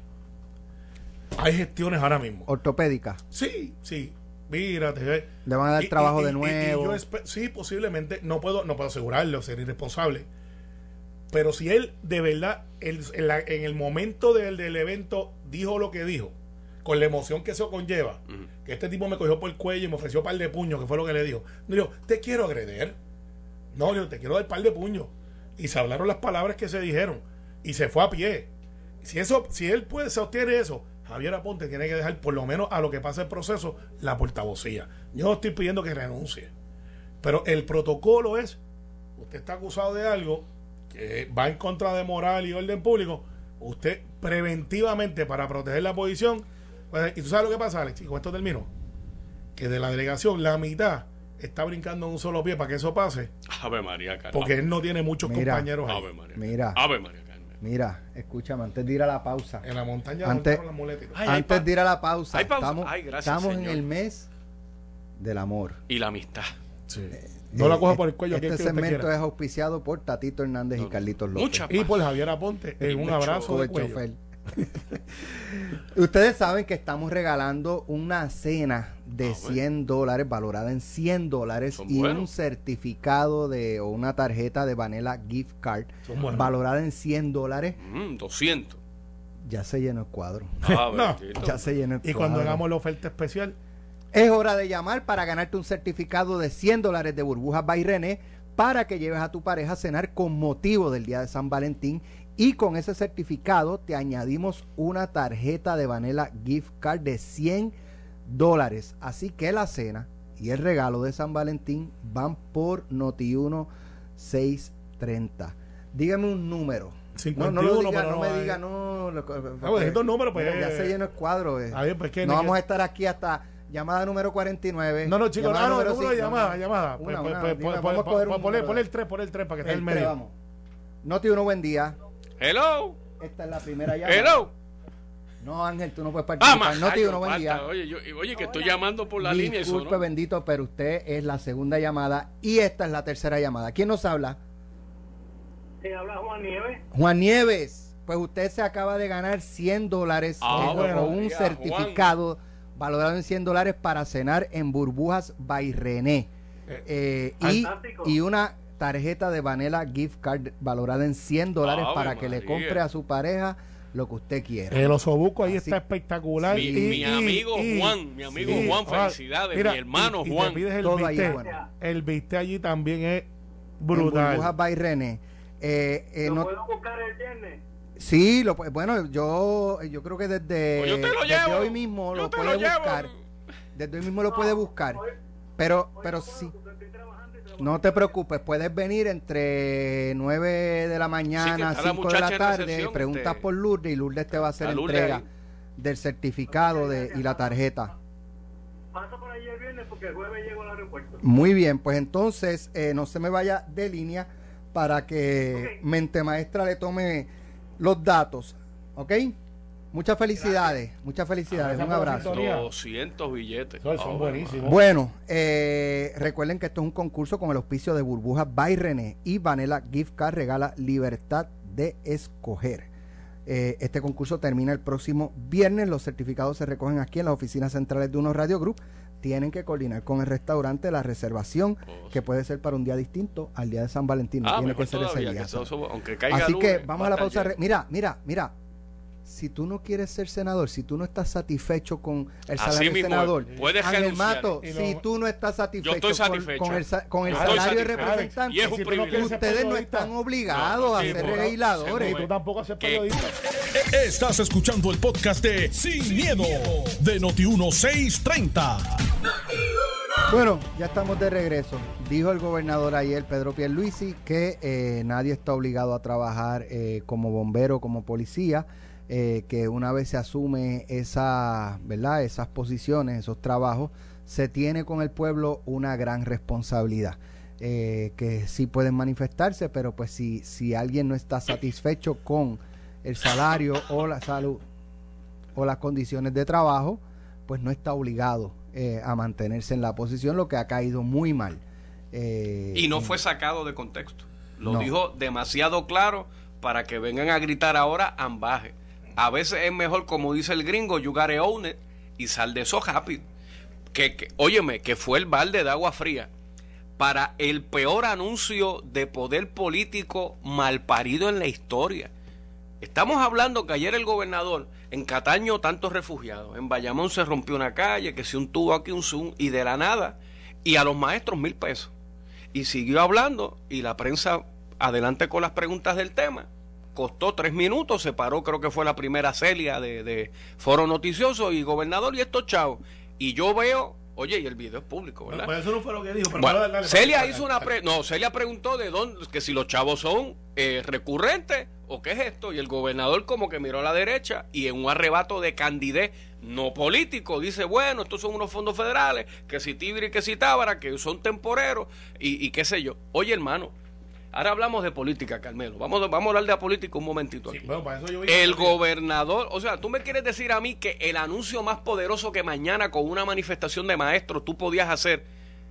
Hay gestiones ahora mismo. Ortopédica. Sí, sí. Mírate, ve. Le van a dar Y- trabajo y- de y- y- nuevo. y yo espe- sí, posiblemente. No puedo, no puedo asegurarlo, ser irresponsable. Pero si él de verdad, el- en, la- en el momento del, del evento, dijo lo que dijo, con la emoción que eso conlleva, Ujú. que este tipo me cogió por el cuello y me ofreció un par de puños, que fue lo que le dijo. No, le dijo, te quiero agreder. No, le dijo, te quiero dar par de puños. Y se hablaron las palabras que se dijeron. Y se fue a pie. Si eso, si él puede sostener eso, Javier Aponte tiene que dejar, por lo menos a lo que pasa el proceso, la portavocía. Yo no estoy pidiendo que renuncie. Pero el protocolo es, usted está acusado de algo que va en contra de moral y orden público, usted preventivamente, para proteger la posición, pues, y tú sabes lo que pasa, Alex, y con esto termino, que de la delegación la mitad está brincando en un solo pie para que eso pase, Ave María, Carmelo. porque él no tiene muchos Mira. compañeros ahí. Ave María. Mira. Ave María, Carmelo. Mira, escúchame, antes de ir a la pausa. En la montaña Antes- montaron las muletas. Ay, hay antes pa- de ir a la pausa. hay pausa. Estamos, Ay, gracias, estamos en Señor. el mes del amor. Y la amistad. Sí. No la Eh, coja por el cuello. Este aquel que usted segmento quiera. es auspiciado por Tatito Hernández y Carlitos López. Mucha Y por Javier Aponte, en un mucho- abrazo Con de el cuello. chofer. Ustedes saben que estamos regalando una cena de Ah, bueno. cien dólares, valorada en cien dólares, Son y buenos. un certificado de o una tarjeta de Vanilla Gift Card, Son buenos. valorada en cien dólares. Mm, doscientos. Ya se llenó el cuadro. Ah, No. bendito. Ya se llenó el Y cuadro. cuando hagamos la oferta especial, Es hora de llamar para ganarte un certificado de cien dólares de Burbujas by René para que lleves a tu pareja a cenar con motivo del Día de San Valentín, y con ese certificado te añadimos una tarjeta de Vanilla Gift Card de cien dólares. Así que la cena y el regalo de San Valentín van por Noti uno seiscientos treinta. Dígame un número. cincuenta y uno, no, no, lo diga, pero no, no me hay- diga, no. Lo, Ah, pues, estos números, pues, ya eh, se llenó el cuadro. eh. Ah, bien, pues, ¿qué? no ¿Qué? vamos a estar aquí hasta llamada número cuarenta y nueve. No, no, chicos, llamada ah, no, número número de cinco, llamada, no, llamada. una, Pues, una, pues, dime, pues, vamos a pues, coger un pues, ponle número. ponle el tres, ponle el tres para que esté en El el tres, medio. vamos. Noti uno, buen día. Hello. Esta es la primera llamada. Hello. No, Ángel, tú no puedes Ah, participar. más. Noti Ay, uno, buen falta. día. Oye, yo, oye, que estoy llamando por la línea y eso, Disculpe, ¿no? bendito, pero usted es la segunda llamada y esta es la tercera llamada. ¿Quién nos habla? Te habla Juan Nieves. Juan Nieves. Pues usted se acaba de ganar cien dólares Ah, eh, bueno, o un ya, certificado valorado en cien dólares para cenar en Burbujas by René. Eh, y, Fantástico. y una tarjeta de Vanilla Gift Card valorada en cien dólares Ave para que le María. compre a su pareja lo que usted quiera. El osobuco ahí Así- está espectacular. Mi, y- mi y- amigo y- Juan, mi amigo sí, Juan, ah, felicidades, mira, mi hermano y- y te Juan. pides el Todo ahí es bistec. bueno. El bistec allí también es En brutal. Burbujas by René. Eh, eh, ¿Lo no- puedo buscar el viernes? sí, lo, pu- bueno, yo, yo creo que desde, Pues yo te lo desde llevo. hoy mismo Yo lo te puede lo llevo. buscar. Desde hoy mismo lo puede buscar. Hoy- Pero, hoy pero no puedo sí. porque estoy trabajando y trabajo. No te preocupes, puedes venir entre nueve de la Sí, mañana, que está la cinco de muchacha la en tarde, recepción, preguntas te- por Lourdes y Lourdes te va a hacer A Lourdes entrega ahí. del certificado de, y la tarjeta. Paso por allí el viernes porque el jueves llego al aeropuerto. Muy bien, pues entonces eh, no se me vaya de línea para que Ok. Mente Maestra le tome los datos, ¿ok? Muchas felicidades, muchas felicidades, Gracias un por la abrazo. sintonía. doscientos billetes. Son, son Ah, buenísimos. Bueno, eh, recuerden que esto es un concurso con el auspicio de Burbujas by René y Vanilla Gift Card regala libertad de escoger. Eh, este concurso termina el próximo viernes. Los certificados se recogen aquí en las oficinas centrales de Uno Radio Group. Tienen que coordinar con el restaurante la reservación, Oh, que puede ser para un día distinto al día de San Valentín. No Ah, tiene mejor que ser ese todavía, día. que eso- ¿sabes? eso- aunque caiga Así que lunes, vamos va a la estar pausa. lleno. re- Mira, mira, mira. Si tú no quieres ser senador, si tú no estás satisfecho con el Así salario de mismo senador, es. Puedes Ángel renunciar. Mato, Y si no- tú no estás satisfecho, Yo estoy con- satisfecho. con, el, sa- con el Yo estoy salario de satisfecho. representante, Y es un Si tú no privilegio. quieres ser ustedes no periodista, están obligados No, a sí, ser seguro. legisladores. Y Seguro. tú tampoco haces ¿Qué? periodista. Estás escuchando el podcast de Sin, miedo, de Noti uno seiscientos treinta. Bueno, ya estamos de regreso. Dijo el gobernador ayer, Pedro Pierluisi, que eh, nadie está obligado a trabajar eh, como bombero, como policía, eh, que una vez se asume esa, ¿verdad? esas posiciones, esos trabajos, se tiene con el pueblo una gran responsabilidad. Eh, que sí pueden manifestarse, pero pues si, si alguien no está satisfecho con el salario o la salud o las condiciones de trabajo, pues no está obligado eh, a mantenerse en la posición, lo que ha caído muy mal. Eh, Y no fue sacado de contexto. Lo No. dijo demasiado claro para que vengan a gritar ahora ambaje. A veces es mejor, como dice el gringo, you gotta own it, y sal de eso rápido. Que, que, óyeme, que fue el balde de agua fría para el peor anuncio de poder político malparido en la historia. Estamos hablando que ayer el gobernador, en Cataño tantos refugiados, en Bayamón se rompió una calle, que si un tubo aquí, un zoom, y de la nada, y a los maestros mil pesos. Y siguió hablando, y la prensa adelante con las preguntas del tema. Costó tres minutos, se paró, creo que fue la primera Celia de, de Foro Noticioso, y gobernador, y estos chavos. Y yo veo, oye, y el video es público, ¿verdad? Pues eso no fue lo que dijo. Pero Bueno, dale, dale, Celia dale, hizo dale, una dale. pre no, Celia preguntó de dónde, que si los chavos son eh, recurrentes o qué es esto, y el gobernador como que miró a la derecha y en un arrebato de candidez no político dice, bueno, estos son unos fondos federales, que si Tibri y que si Tábara, que son temporeros y, y qué sé yo. Oye, hermano, ahora hablamos de política, Carmelo, vamos, vamos a hablar de la política un momentito aquí. Sí, bueno, para eso yo vi- El gobernador, o sea, tú me quieres decir a mí que el anuncio más poderoso que mañana con una manifestación de maestros tú podías hacer,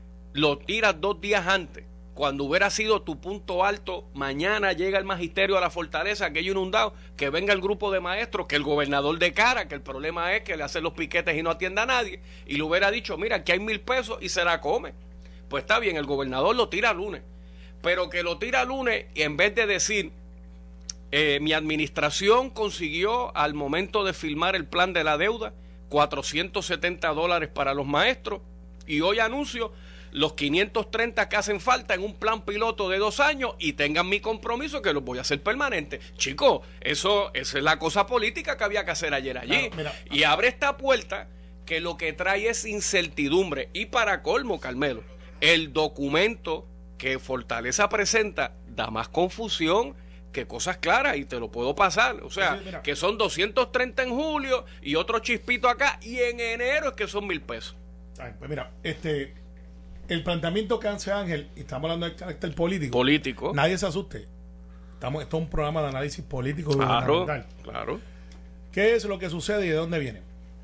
lo tiras dos días antes, cuando hubiera sido tu punto alto, mañana llega el magisterio a la fortaleza, aquello inundado, que venga el grupo de maestros, que el gobernador de cara, que el problema es que le hacen los piquetes y no atienda a nadie, y le hubiera dicho, mira, aquí hay mil pesos y se la come. Pues está bien, el gobernador lo tira lunes, pero que lo tira lunes y en vez de decir, eh, mi administración consiguió al momento de firmar el plan de la deuda cuatrocientos setenta dólares para los maestros y hoy anuncio los quinientos treinta que hacen falta en un plan piloto de dos años y tengan mi compromiso que los voy a hacer permanente. Chicos, eso, esa es la cosa política que había que hacer ayer allí. Claro, mira. Y abre esta puerta que lo que trae es incertidumbre. Y para colmo, Carmelo, el documento que Fortaleza presenta da más confusión que cosas claras, y te lo puedo pasar. O sea, sí, que son doscientos treinta en julio y otro chispito acá, y en enero es que son mil pesos. Ay, pues mira, este el planteamiento que hace Ángel, y estamos hablando de carácter político, político, nadie se asuste. Estamos, esto es un programa de análisis político. Claro, claro. ¿Qué es lo que sucede y de dónde viene?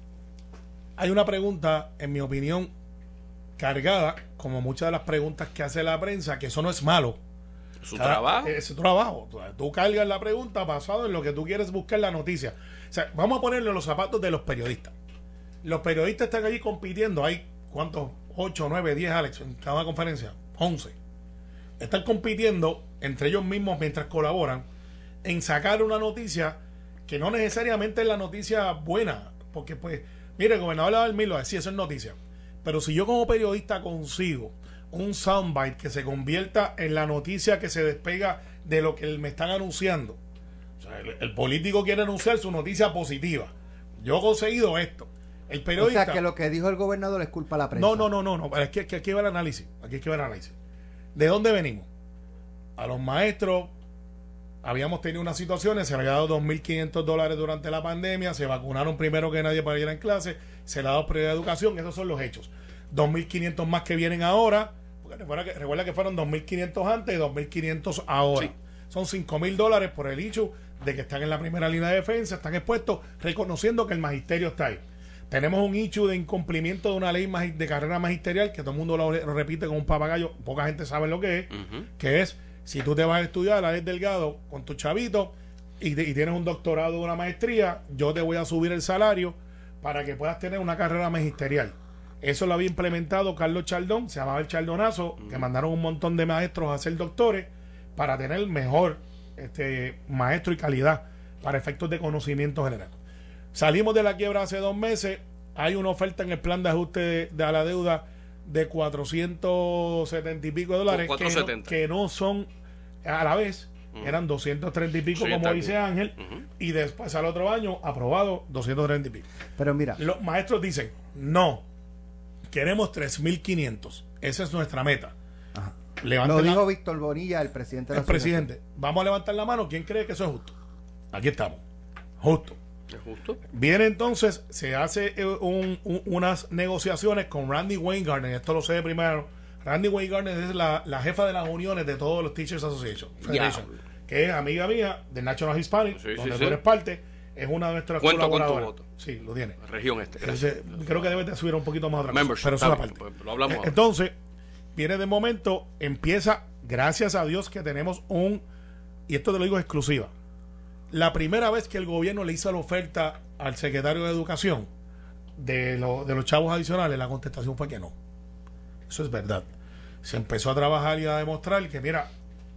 Hay una pregunta, en mi opinión, cargada, como muchas de las preguntas que hace la prensa, que eso no es malo. Su Cada, trabajo. Es su trabajo. Tú cargas la pregunta basado en lo que tú quieres buscar la noticia. O sea, vamos a ponerle los zapatos de los periodistas. Los periodistas están allí compitiendo. Hay, ¿cuántos? ocho, nueve, diez, Alex, en cada conferencia. once. Están compitiendo entre ellos mismos mientras colaboran en sacar una noticia que no necesariamente es la noticia buena. Porque, pues, mire, el gobernador del Milo decía, eso es noticia. Pero si yo como periodista consigo un soundbite que se convierta en la noticia que se despega de lo que me están anunciando. O sea, el, el político quiere anunciar su noticia positiva. Yo he conseguido esto. El periodista... O sea, que lo que dijo el gobernador es culpa a la prensa. No, no, no, no. no. Es que, que aquí va el análisis. Aquí es que va el análisis. ¿De dónde venimos? A los maestros habíamos tenido unas situaciones, se le había dado dos mil quinientos dólares durante la pandemia, se vacunaron primero que nadie para ir en clase, se le ha dado prioridad de educación, esos son los hechos. dos mil quinientos más que vienen ahora, porque recuerda que, recuerda que fueron dos mil quinientos antes y dos mil quinientos ahora. Sí. Son cinco mil dólares por el hecho de que están en la primera línea de defensa, están expuestos, reconociendo que el magisterio está ahí. Tenemos un issue de incumplimiento de una ley de carrera magisterial que todo el mundo lo, lo repite como un papagayo, poca gente sabe lo que es, uh-huh. que es, si tú te vas a estudiar a Alex Delgado con tu chavito y, de, y tienes un doctorado o una maestría, yo te voy a subir el salario para que puedas tener una carrera magisterial. Eso lo había implementado Carlos Chaldón, se llamaba el Chaldonazo, uh-huh. que mandaron un montón de maestros a ser doctores para tener mejor este, maestro y calidad para efectos de conocimiento general. Salimos de la quiebra hace dos meses, hay una oferta en el plan de ajuste de, de a la deuda de cuatrocientos setenta y pico de dólares que no, que no son a la vez, uh-huh. eran doscientos treinta y pico, sí, como dice aquí. Ángel, uh-huh. y después al otro año aprobado doscientos treinta y pico. Pero mira, los maestros dicen, no, queremos tres mil quinientos, esa es nuestra meta. Lo dijo la, Víctor Bonilla, el presidente de la el presidente, vamos a levantar la mano, ¿quién cree que eso es justo? Aquí estamos, justo. ¿Es justo? Viene entonces, se hace un, un, unas negociaciones con Randy Weingarten, esto lo sé de primero. Randy Weingarten es la, la jefa de las uniones de todos los Teachers Association, Federation, que es amiga mía de National Hispanic, sí, donde sí, tú sí. eres parte, es una de nuestras Cuento colaboradoras. Con tu voto. Sí, lo tiene. La región este, gracias. Entonces, creo que debes de subir un poquito más otra cosa, pero eso es aparte. Pues, lo hablamos ahora. Entonces, viene de momento, empieza, gracias a Dios que tenemos un, y esto te lo digo exclusiva, la primera vez que el gobierno le hizo la oferta al secretario de Educación de, lo, de los chavos adicionales, la contestación fue que no. Eso es verdad. Se empezó a trabajar y a demostrar que, mira,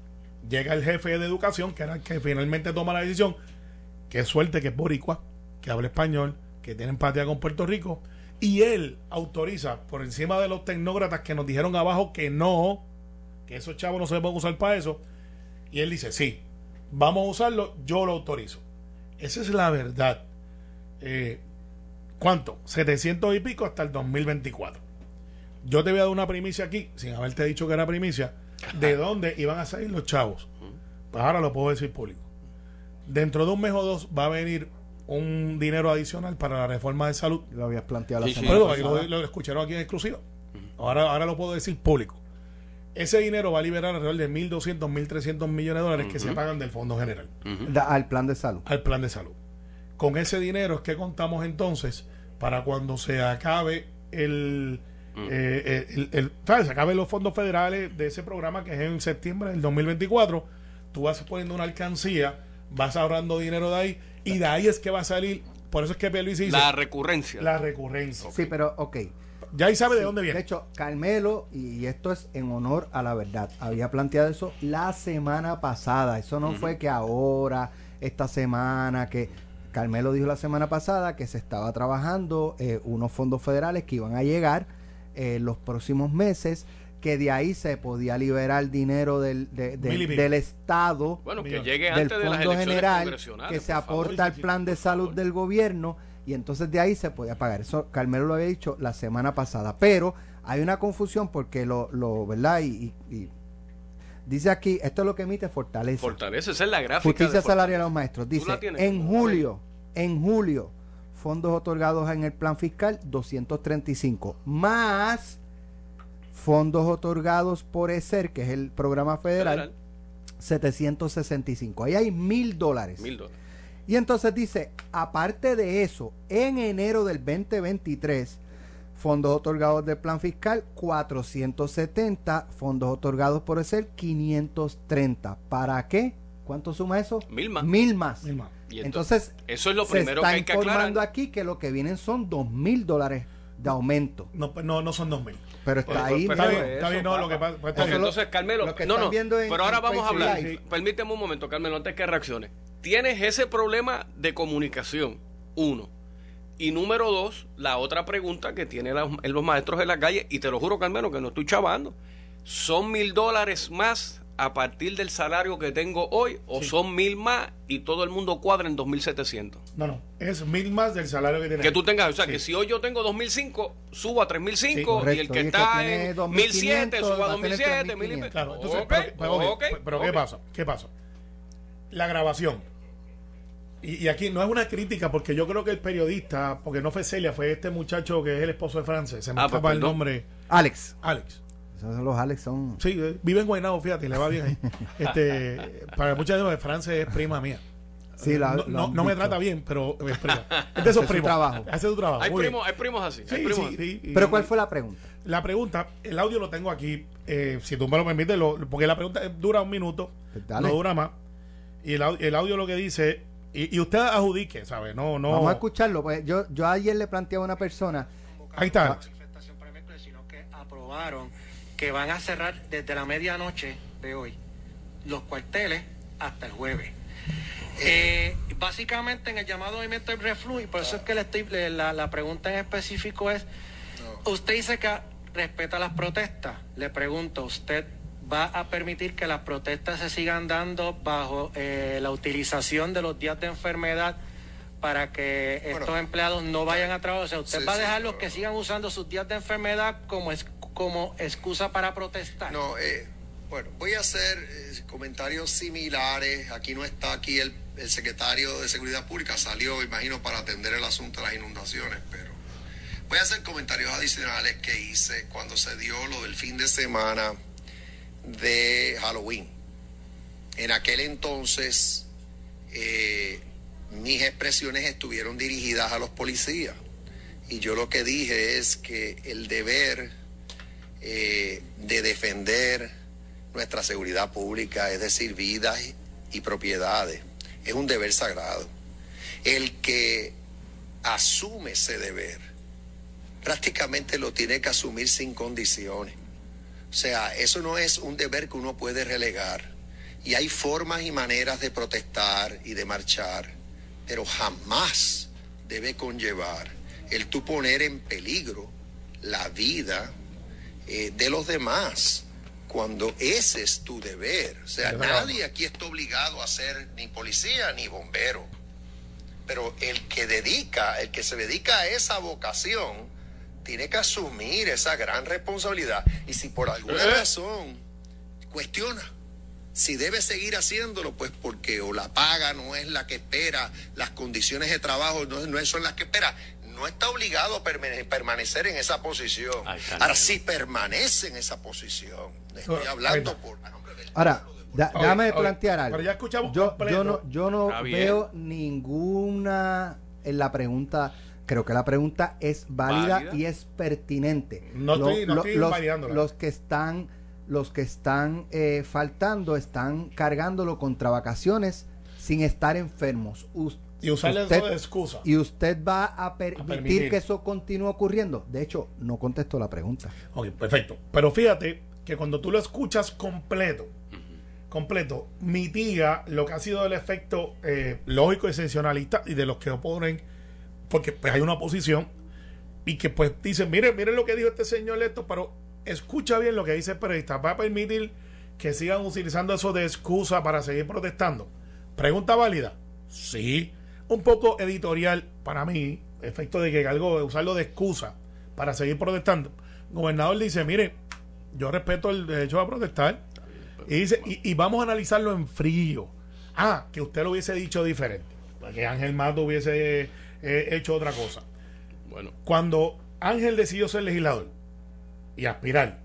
llega el jefe de Educación, que era el que finalmente toma la decisión, que es suerte que es boricua, que habla español, que tiene empatía con Puerto Rico, y él autoriza, por encima de los tecnócratas que nos dijeron abajo que no, que esos chavos no se pueden usar para eso, y él dice, sí, vamos a usarlo, yo lo autorizo. Esa es la verdad. Eh, ¿Cuánto? setecientos y pico hasta el dos mil veinticuatro. Yo te voy a dar una primicia aquí, sin haberte dicho que era primicia, de dónde iban a salir los chavos. Pues ahora lo puedo decir público. Dentro de un mes o dos va a venir un dinero adicional para la reforma de salud. Lo habías planteado la sí, semana sí. pasada. Lo, lo, lo escucharon aquí en exclusiva. Ahora, ahora lo puedo decir público. Ese dinero va a liberar alrededor de mil doscientos, mil trescientos millones de dólares uh-huh. que se pagan del Fondo General. Uh-huh. Da, al plan de salud. Al plan de salud. Con ese dinero es que contamos entonces para cuando se acabe el... Uh-huh. eh, el, el, el ¿sabes? Se acaben los fondos federales de ese programa que es en septiembre del dos mil veinticuatro. Tú vas poniendo una alcancía, vas ahorrando dinero de ahí y de ahí es que va a salir. Por eso es que Pierluisi dice... La recurrencia. La recurrencia. Sí, pero ok. Ya ahí sabe sí, de dónde viene. De hecho, Carmelo, y esto es en honor a la verdad, había planteado eso la semana pasada. Eso no uh-huh. fue que ahora, esta semana, que Carmelo dijo la semana pasada que se estaba trabajando eh, unos fondos federales que iban a llegar eh, los próximos meses, que de ahí se podía liberar dinero del, de, de, del Estado, bueno, que llegue del antes de las Fondo elecciones General, congresionales, que se por favor. aporta al plan de salud del gobierno, y entonces de ahí se podía pagar. Eso Carmelo lo había dicho la semana pasada, pero hay una confusión porque lo, lo ¿verdad? Y, y, y dice aquí, esto es lo que emite Fortaleza. Fortaleza, esa es la gráfica. Justicia salarial a los maestros. Dice, tienes, en julio, en julio, fondos otorgados en el plan fiscal, doscientos treinta y cinco, más fondos otorgados por E S E R, que es el programa federal, federal. setecientos sesenta y cinco. Ahí hay mil dólares. Mil dólares. Y entonces dice, aparte de eso, en enero del veinte veintitrés, fondos otorgados del plan fiscal, cuatrocientos setenta, fondos otorgados por E S E R, quinientos treinta. ¿Para qué? ¿Cuánto suma eso? Mil más. Mil más. Mil más. Y entonces, entonces, eso es lo se primero está que hay que informando aclarar. aquí que lo que vienen son dos mil dólares de aumento. No, no, no son dos mil. Pero está Pues, ahí. pues, Está pero bien, está bien, no, lo que pasa. Pues, está Porque bien. entonces, Carmelo, lo que no, están no, viendo en- pero ahora en vamos a Facebook hablar. Live. Permíteme un momento, Carmelo, antes que reacciones. Tienes ese problema de comunicación, uno. Y número dos, la otra pregunta que tienen la- los maestros en la calle, y te lo juro, Carmelo, que no estoy chavando, ¿son mil dólares más a partir del salario que tengo hoy o Sí. son mil más y todo el mundo cuadra en dos mil setecientos? No, no, es mil más del salario que tienes. Que tú tengas, o sea, Sí. que si hoy yo tengo dos mil cinco, subo a tres mil cinco, Sí, y el correcto. que Y el que está tiene en dos mil mil siete quinientos suba va a a dos mil tener siete, tres mil quinientos. Claro, entonces, Ok, pero, pero, ok, ok, pero ok. ¿qué pasa? ¿Qué pasa? La grabación. Y, y aquí no es una crítica, porque yo creo que el periodista, porque no fue Celia, fue este muchacho que es el esposo de Frances, se me Ah, escapa pues, el perdón. nombre, Alex. Alex. Esos son los Alex, son... Sí, eh, vive en Guaynabo, fíjate, le va bien ahí. Este, para muchas veces Frances es prima mía. Sí, la- no, lo no, han no me dicho. trata bien, pero es prima. Es de Hace esos su primos. trabajo. Hace su trabajo. Hay muy bien. primos, hay primos así. hay Sí, primos sí, así. sí, y- Pero ¿cuál fue la pregunta? La pregunta, el audio lo tengo aquí, eh, si tú me lo permites, lo- porque la pregunta dura un minuto, Pues dale. no dura más. Y el, au- el audio lo que dice, y, y usted adjudique, ¿sabe? No, no. Vamos a escucharlo. Pues yo, yo ayer le planteaba a una persona... Ahí está. Ah, manifestación para el miércoles, sino que aprobaron que van a cerrar desde la medianoche de hoy los cuarteles hasta el jueves. Eh, básicamente en el llamado movimiento del reflujo, y por eso es que le estoy, le- la, la pregunta en específico es, usted dice que respeta las protestas. Le pregunto, ¿usted va a permitir que las protestas se sigan dando bajo eh, la utilización de los días de enfermedad para que estos Bueno, empleados no vayan a trabajar? O sea, ¿usted sí, va a sí, dejarlos pero- que sigan usando sus días de enfermedad como, es, como excusa para protestar? No, eh, bueno, voy a hacer eh, comentarios similares. Aquí no está aquí el, el secretario de Seguridad Pública, salió, imagino, para atender el asunto de las inundaciones, pero voy a hacer comentarios adicionales que hice cuando se dio lo del fin de semana de Halloween. En aquel entonces, eh, mis expresiones estuvieron dirigidas a los policías. Y yo lo que dije es que el deber eh, de defender nuestra seguridad pública, es decir, vidas y, y propiedades, es un deber sagrado. El que asume ese deber prácticamente lo tiene que asumir sin condiciones. O sea, eso no es un deber que uno puede relegar. Y hay formas y maneras de protestar y de marchar, pero jamás debe conllevar el tú poner en peligro la vida eh, de los demás, cuando ese es tu deber. O sea, nadie aquí está obligado a ser ni policía ni bombero, pero el que dedica, el que se dedica a esa vocación, tiene que asumir esa gran responsabilidad. Y si por alguna razón cuestiona si debe seguir haciéndolo, pues porque o la paga no es la que espera, las condiciones de trabajo no, no son las que espera, no está obligado a permane- permanecer en esa posición. Ay, Ahora, si permanece en esa posición, estoy hablando por... Ahora, da- Oye, déjame oye, plantear algo. pero ya escuchamos yo, completo. yo no, yo no Está bien. veo ninguna en la pregunta. Creo que la pregunta es válida, ¿Válida? y es pertinente. No estoy- no estoy los, invalidándola. los que están, los que están eh, faltando, están cargándolo contra vacaciones sin estar enfermos. Us- Y usarle usted- eso de excusa. Y usted va a permitir, permitir. que eso continúe ocurriendo. De hecho, no contestó la pregunta. Ok, perfecto. Pero fíjate que cuando tú lo escuchas completo, completo, mitiga lo que ha sido el efecto eh, lógico y excepcionalista y de los que oponen, porque pues hay una oposición y que pues dicen, miren, miren lo que dijo este señor esto, pero escucha bien lo que dice el periodista. ¿Va a permitir que sigan utilizando eso de excusa para seguir protestando? Pregunta válida. Sí. Un poco editorial para mí, efecto de que algo, usarlo de excusa para seguir protestando. El gobernador dice, mire, yo respeto el derecho a protestar, y dice, y, y vamos a analizarlo en frío. Ah, que usted lo hubiese dicho diferente, que Ángel Mato hubiese eh, hecho otra cosa. Bueno. Cuando Ángel decidió ser legislador y aspirar,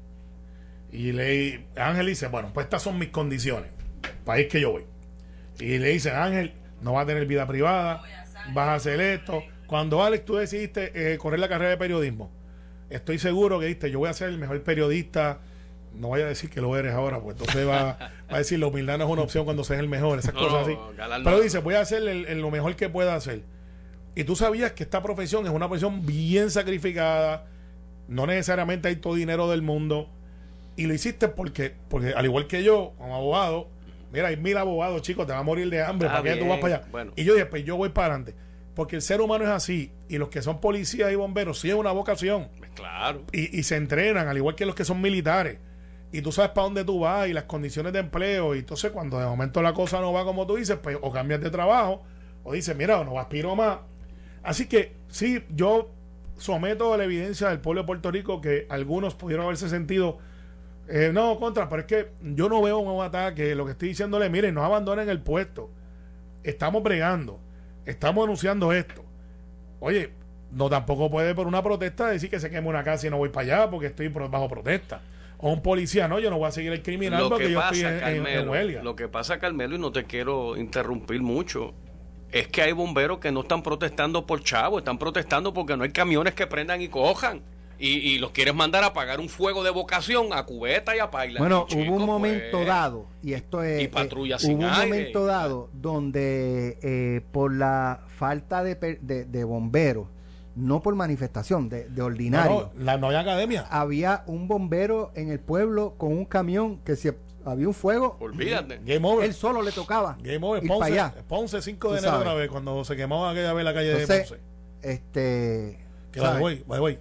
y le Ángel dice, bueno, pues estas son mis condiciones, país que yo voy. Y le dice, Ángel, no vas a tener vida privada, vas a hacer esto. Cuando, Alex, tú decidiste eh, correr la carrera de periodismo, estoy seguro que dijiste, yo voy a ser el mejor periodista. No vaya a decir que lo eres ahora, pues entonces va, va a decir, la humildad no es una opción cuando seas el mejor, esas no, cosas así. Galán, Pero no. dice, voy a hacer el, el, lo mejor que pueda hacer. Y tú sabías que esta profesión es una profesión bien sacrificada, no necesariamente hay todo dinero del mundo, y lo hiciste porque, porque al igual que yo, como abogado, mira, hay mil abogados, chicos, te va a morir de hambre, Está ¿para qué tú vas para allá? Bueno. Y yo dije, pues yo voy para adelante. Porque el ser humano es así, y los que son policías y bomberos sí es una vocación. Claro. Y, y se entrenan, al igual que los que son militares. Y tú sabes para dónde tú vas y las condiciones de empleo. Y entonces cuando de momento la cosa no va como tú dices, pues o cambias de trabajo, o dices, mira, no aspiro más. Así que sí, yo someto a la evidencia del pueblo de Puerto Rico que algunos pudieron haberse sentido, eh, no, contra, pero es que yo no veo un ataque. Lo que estoy diciéndole, miren, no abandonen el puesto. Estamos bregando. Estamos anunciando esto. Oye, no tampoco puede por una protesta decir que se queme una casa y no voy para allá porque estoy bajo protesta. O un policía, no, yo no voy a seguir el criminal Lo porque que yo pasa, estoy en, Carmelo, en, en huelga. Lo que pasa, Carmelo, y no te quiero interrumpir mucho, es que hay bomberos que no están protestando por chavo, están protestando porque no hay camiones que prendan y cojan. Y, y los quieres mandar a apagar un fuego de vocación a cubeta y a paila. Bueno, y, chico, hubo un momento pues, dado, y esto es... y patrulla eh, sin hubo un aire. momento dado donde eh, por la falta de, per- de, de bomberos, no por manifestación, de, de ordinario, No, no, la, no hay academia. había un bombero en el pueblo con un camión que si había un fuego, Olvídate. Game over. él solo le tocaba Game over. ir para Ponce, allá. Ponce cinco de Tú enero sabes. otra vez, cuando se quemó aquella vez la calle Entonces, de Ponce. este... Que ¿sabes? by the way, by the way,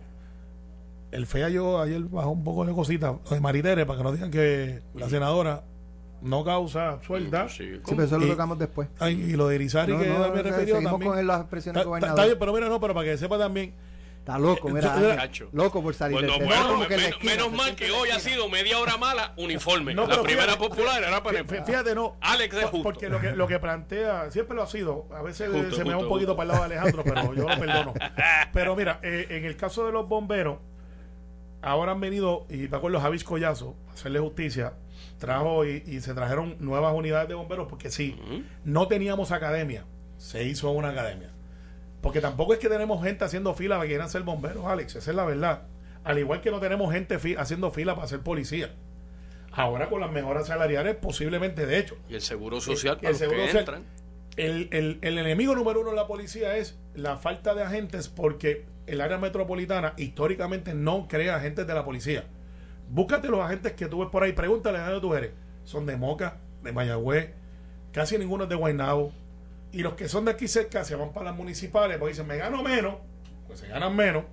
el FEA yo ayer bajó un poco de cositas, lo de Maritere, para que no digan que la senadora no causa suelta. Sí, Sí, pero eso lo Y- tocamos después. Ay, y lo de Irizarry No, que no, me o sea, refirió seguimos también. con las expresiones Ta- del ta- gobernador. Está bien, pero mira, no, pero para que sepa también. Está loco, Eh, mira, tú- Ángel, Cacho. loco por salir Bueno, del bueno, tema, como que en la menos, esquina, menos se mal siente que en la hoy ha esquina. sido media hora mala, uniforme. No, la pero primera fíjate, popular era para fí- Fíjate, no. Alex es por- justo. Porque lo que, lo que plantea, siempre lo ha sido. A veces eh, Justo, se me va justo, un poquito justo. para el lado de Alejandro, pero yo lo perdono. Pero mira, eh, en el caso de los bomberos, ahora han venido, y me acuerdo Javis Collazo, a hacerle justicia, trajo y, y se trajeron nuevas unidades de bomberos, porque sí, Ujú. no teníamos academia, se hizo una academia. Porque tampoco es que tenemos gente haciendo fila para que quieran ser bomberos, Alex, esa es la verdad. Al igual que no tenemos gente fi- haciendo fila para ser policía. Ahora con las mejoras salariales, posiblemente, de hecho. Y el seguro social El- para el los seguro que social. entran. El, el, el enemigo número uno de la policía es la falta de agentes, porque el área metropolitana históricamente no crea agentes de la policía. Búscate los agentes que tú ves por ahí, pregúntale de dónde tú eres. Son de Moca, de Mayagüez, casi ninguno es de Guaynabo. Y los que son de aquí cerca se van para las municipales porque dicen, me gano menos, pues se ganan menos,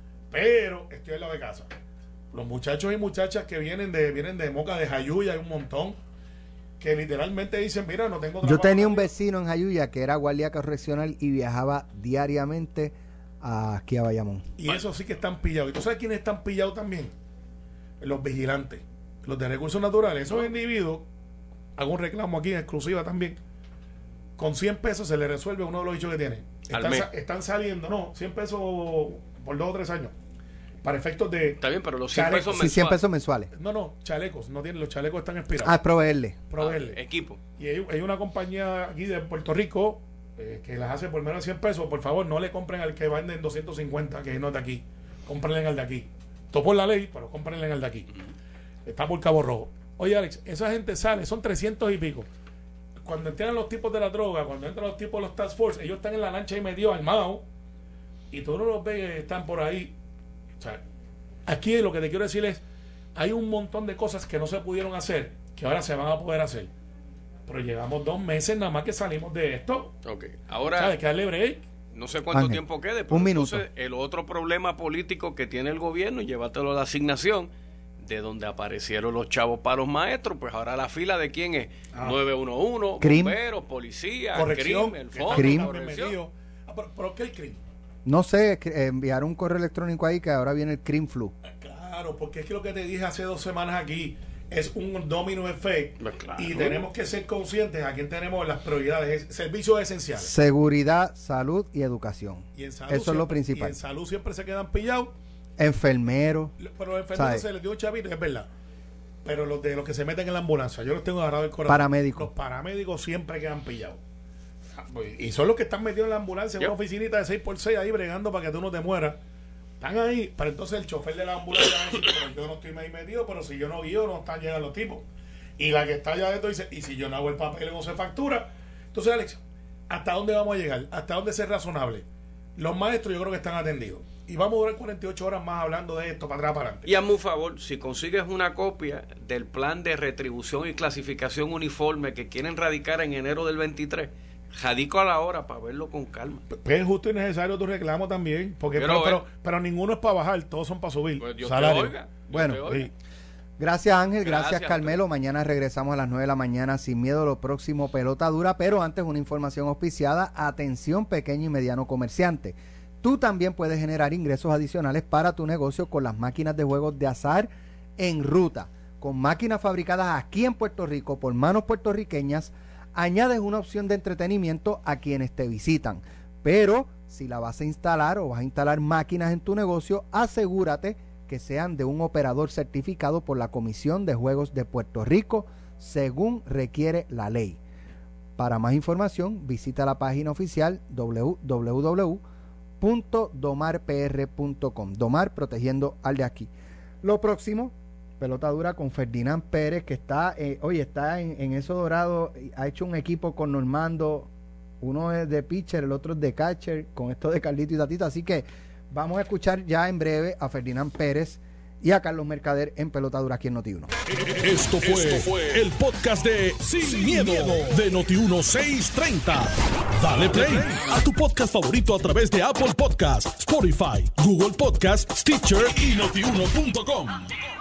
pero estoy en la de casa. Los muchachos y muchachas que vienen de vienen de Moca, de Jayuya, hay un montón, que literalmente dicen, mira, no tengo trabajo. Yo tenía un aquí". vecino en Jayuya que era guardia correccional y viajaba diariamente aquí a Bayamón. Y eso sí que están pillados. ¿Y tú sabes quiénes están pillados también? Los vigilantes, los de recursos naturales. Esos individuos, hago un reclamo aquí en exclusiva también, con cien pesos se le resuelve uno de los hechos que tienen. Al Están, mes. sa- están saliendo, no, cien pesos por dos o tres años. Para efectos de... Está bien, pero los cien Chalecos. pesos Sí, cien mensuales. pesos mensuales. No, no, chalecos, no tienen, los chalecos están expirados. Ah, proveerle. Proveerle. Ah, equipo. Y hay, hay una compañía aquí de Puerto Rico eh, que las hace por menos de cien pesos. Por favor, no le compren al que venden doscientos cincuenta, que no es de aquí. Cómprenle al de aquí. Todo por la ley, pero cómprenle al de aquí. Está por Cabo Rojo. Oye, Alex, esa gente sale, son trescientos y pico. Cuando entran los tipos de la droga, cuando entran los tipos de los task force, ellos están en la lancha y medio armados. Y tú no los ves que están por ahí. O sea, aquí lo que te quiero decir es, hay un montón de cosas que no se pudieron hacer, que ahora se van a poder hacer. Pero llevamos dos meses nada más que salimos de esto. Ok. ¿Sabes? Ahora, Que darle break. no sé cuánto Ángel, tiempo quede, pero un minuto. entonces el otro problema político que tiene el gobierno, y llévatelo a la asignación, de donde aparecieron los chavos para los maestros, pues ahora la fila de quién es Ah. nueve uno uno, Crim. bomberos, policía, Corrección. crimen, el que fondo, están Crim. la corrección. metidos. Ah, pero, pero ¿qué el crimen? No sé, eh, enviar un correo electrónico ahí que ahora viene el cream flu. Claro, porque es que lo que te dije hace dos semanas aquí es un domino effect, claro. Y tenemos que ser conscientes a quién tenemos las prioridades, es, servicios esenciales. Seguridad, salud y educación. Y en salud Eso siempre, es lo principal. Y en salud siempre se quedan pillados. Enfermeros. Pero los enfermeros ¿sabes? se les dio un chavito, es verdad. Pero los de los que se meten en la ambulancia, yo los tengo agarrado el corazón. Paramédicos. Los paramédicos siempre quedan pillados. Y son los que están metidos en la ambulancia en Yep. una oficinita de seis por seis ahí bregando para que tú no te mueras. Están ahí, pero entonces el chofer de la ambulancia va a decir, pero yo no estoy ahí metido, pero si yo no guío, no están llegando los tipos. Y la que está allá adentro dice, y si yo no hago el papel, no se factura. Entonces, Alex, ¿hasta dónde vamos a llegar? ¿Hasta dónde ser razonable? Los maestros yo creo que están atendidos. Y vamos a durar cuarenta y ocho horas más hablando de esto, para atrás, para adelante. Y hazme un favor, si consigues una copia del plan de retribución y clasificación uniforme que quieren radicar en enero del veintitrés, radico a la hora para verlo con calma. Es justo y necesario tu reclamo también, porque pero, pero, pero ninguno es para bajar, todos son para subir. Pues Dios salario. te oiga, Dios Bueno, te oiga. Sí. Gracias Ángel, gracias, Gracias, Carmelo. Mañana regresamos a las nueve de la mañana sin miedo. Lo próximo, pelota dura, pero antes una información auspiciada. Atención pequeño y mediano comerciante. Tú también puedes generar ingresos adicionales para tu negocio con las máquinas de juegos de azar en ruta. Con máquinas fabricadas aquí en Puerto Rico por manos puertorriqueñas, añades una opción de entretenimiento a quienes te visitan. Pero si la vas a instalar o vas a instalar máquinas en tu negocio, asegúrate que sean de un operador certificado por la Comisión de Juegos de Puerto Rico, según requiere la ley. Para más información, visita la página oficial doble u doble u doble u punto domar p r punto com. Domar, protegiendo al de aquí. Lo próximo, pelota dura con Ferdinand Pérez, que está, eh, oye, está en, en eso dorado, ha hecho un equipo con Normando, uno es de pitcher, el otro es de catcher, con esto de Carlito y Tatita, así que vamos a escuchar ya en breve a Ferdinand Pérez y a Carlos Mercader en pelota dura aquí en Noti uno. Esto fue, Esto fue el podcast de Sin, Sin miedo, miedo de Noti uno seiscientos treinta. Dale play a tu podcast favorito a través de Apple Podcasts, Spotify, Google Podcasts, Stitcher y notiuno punto com.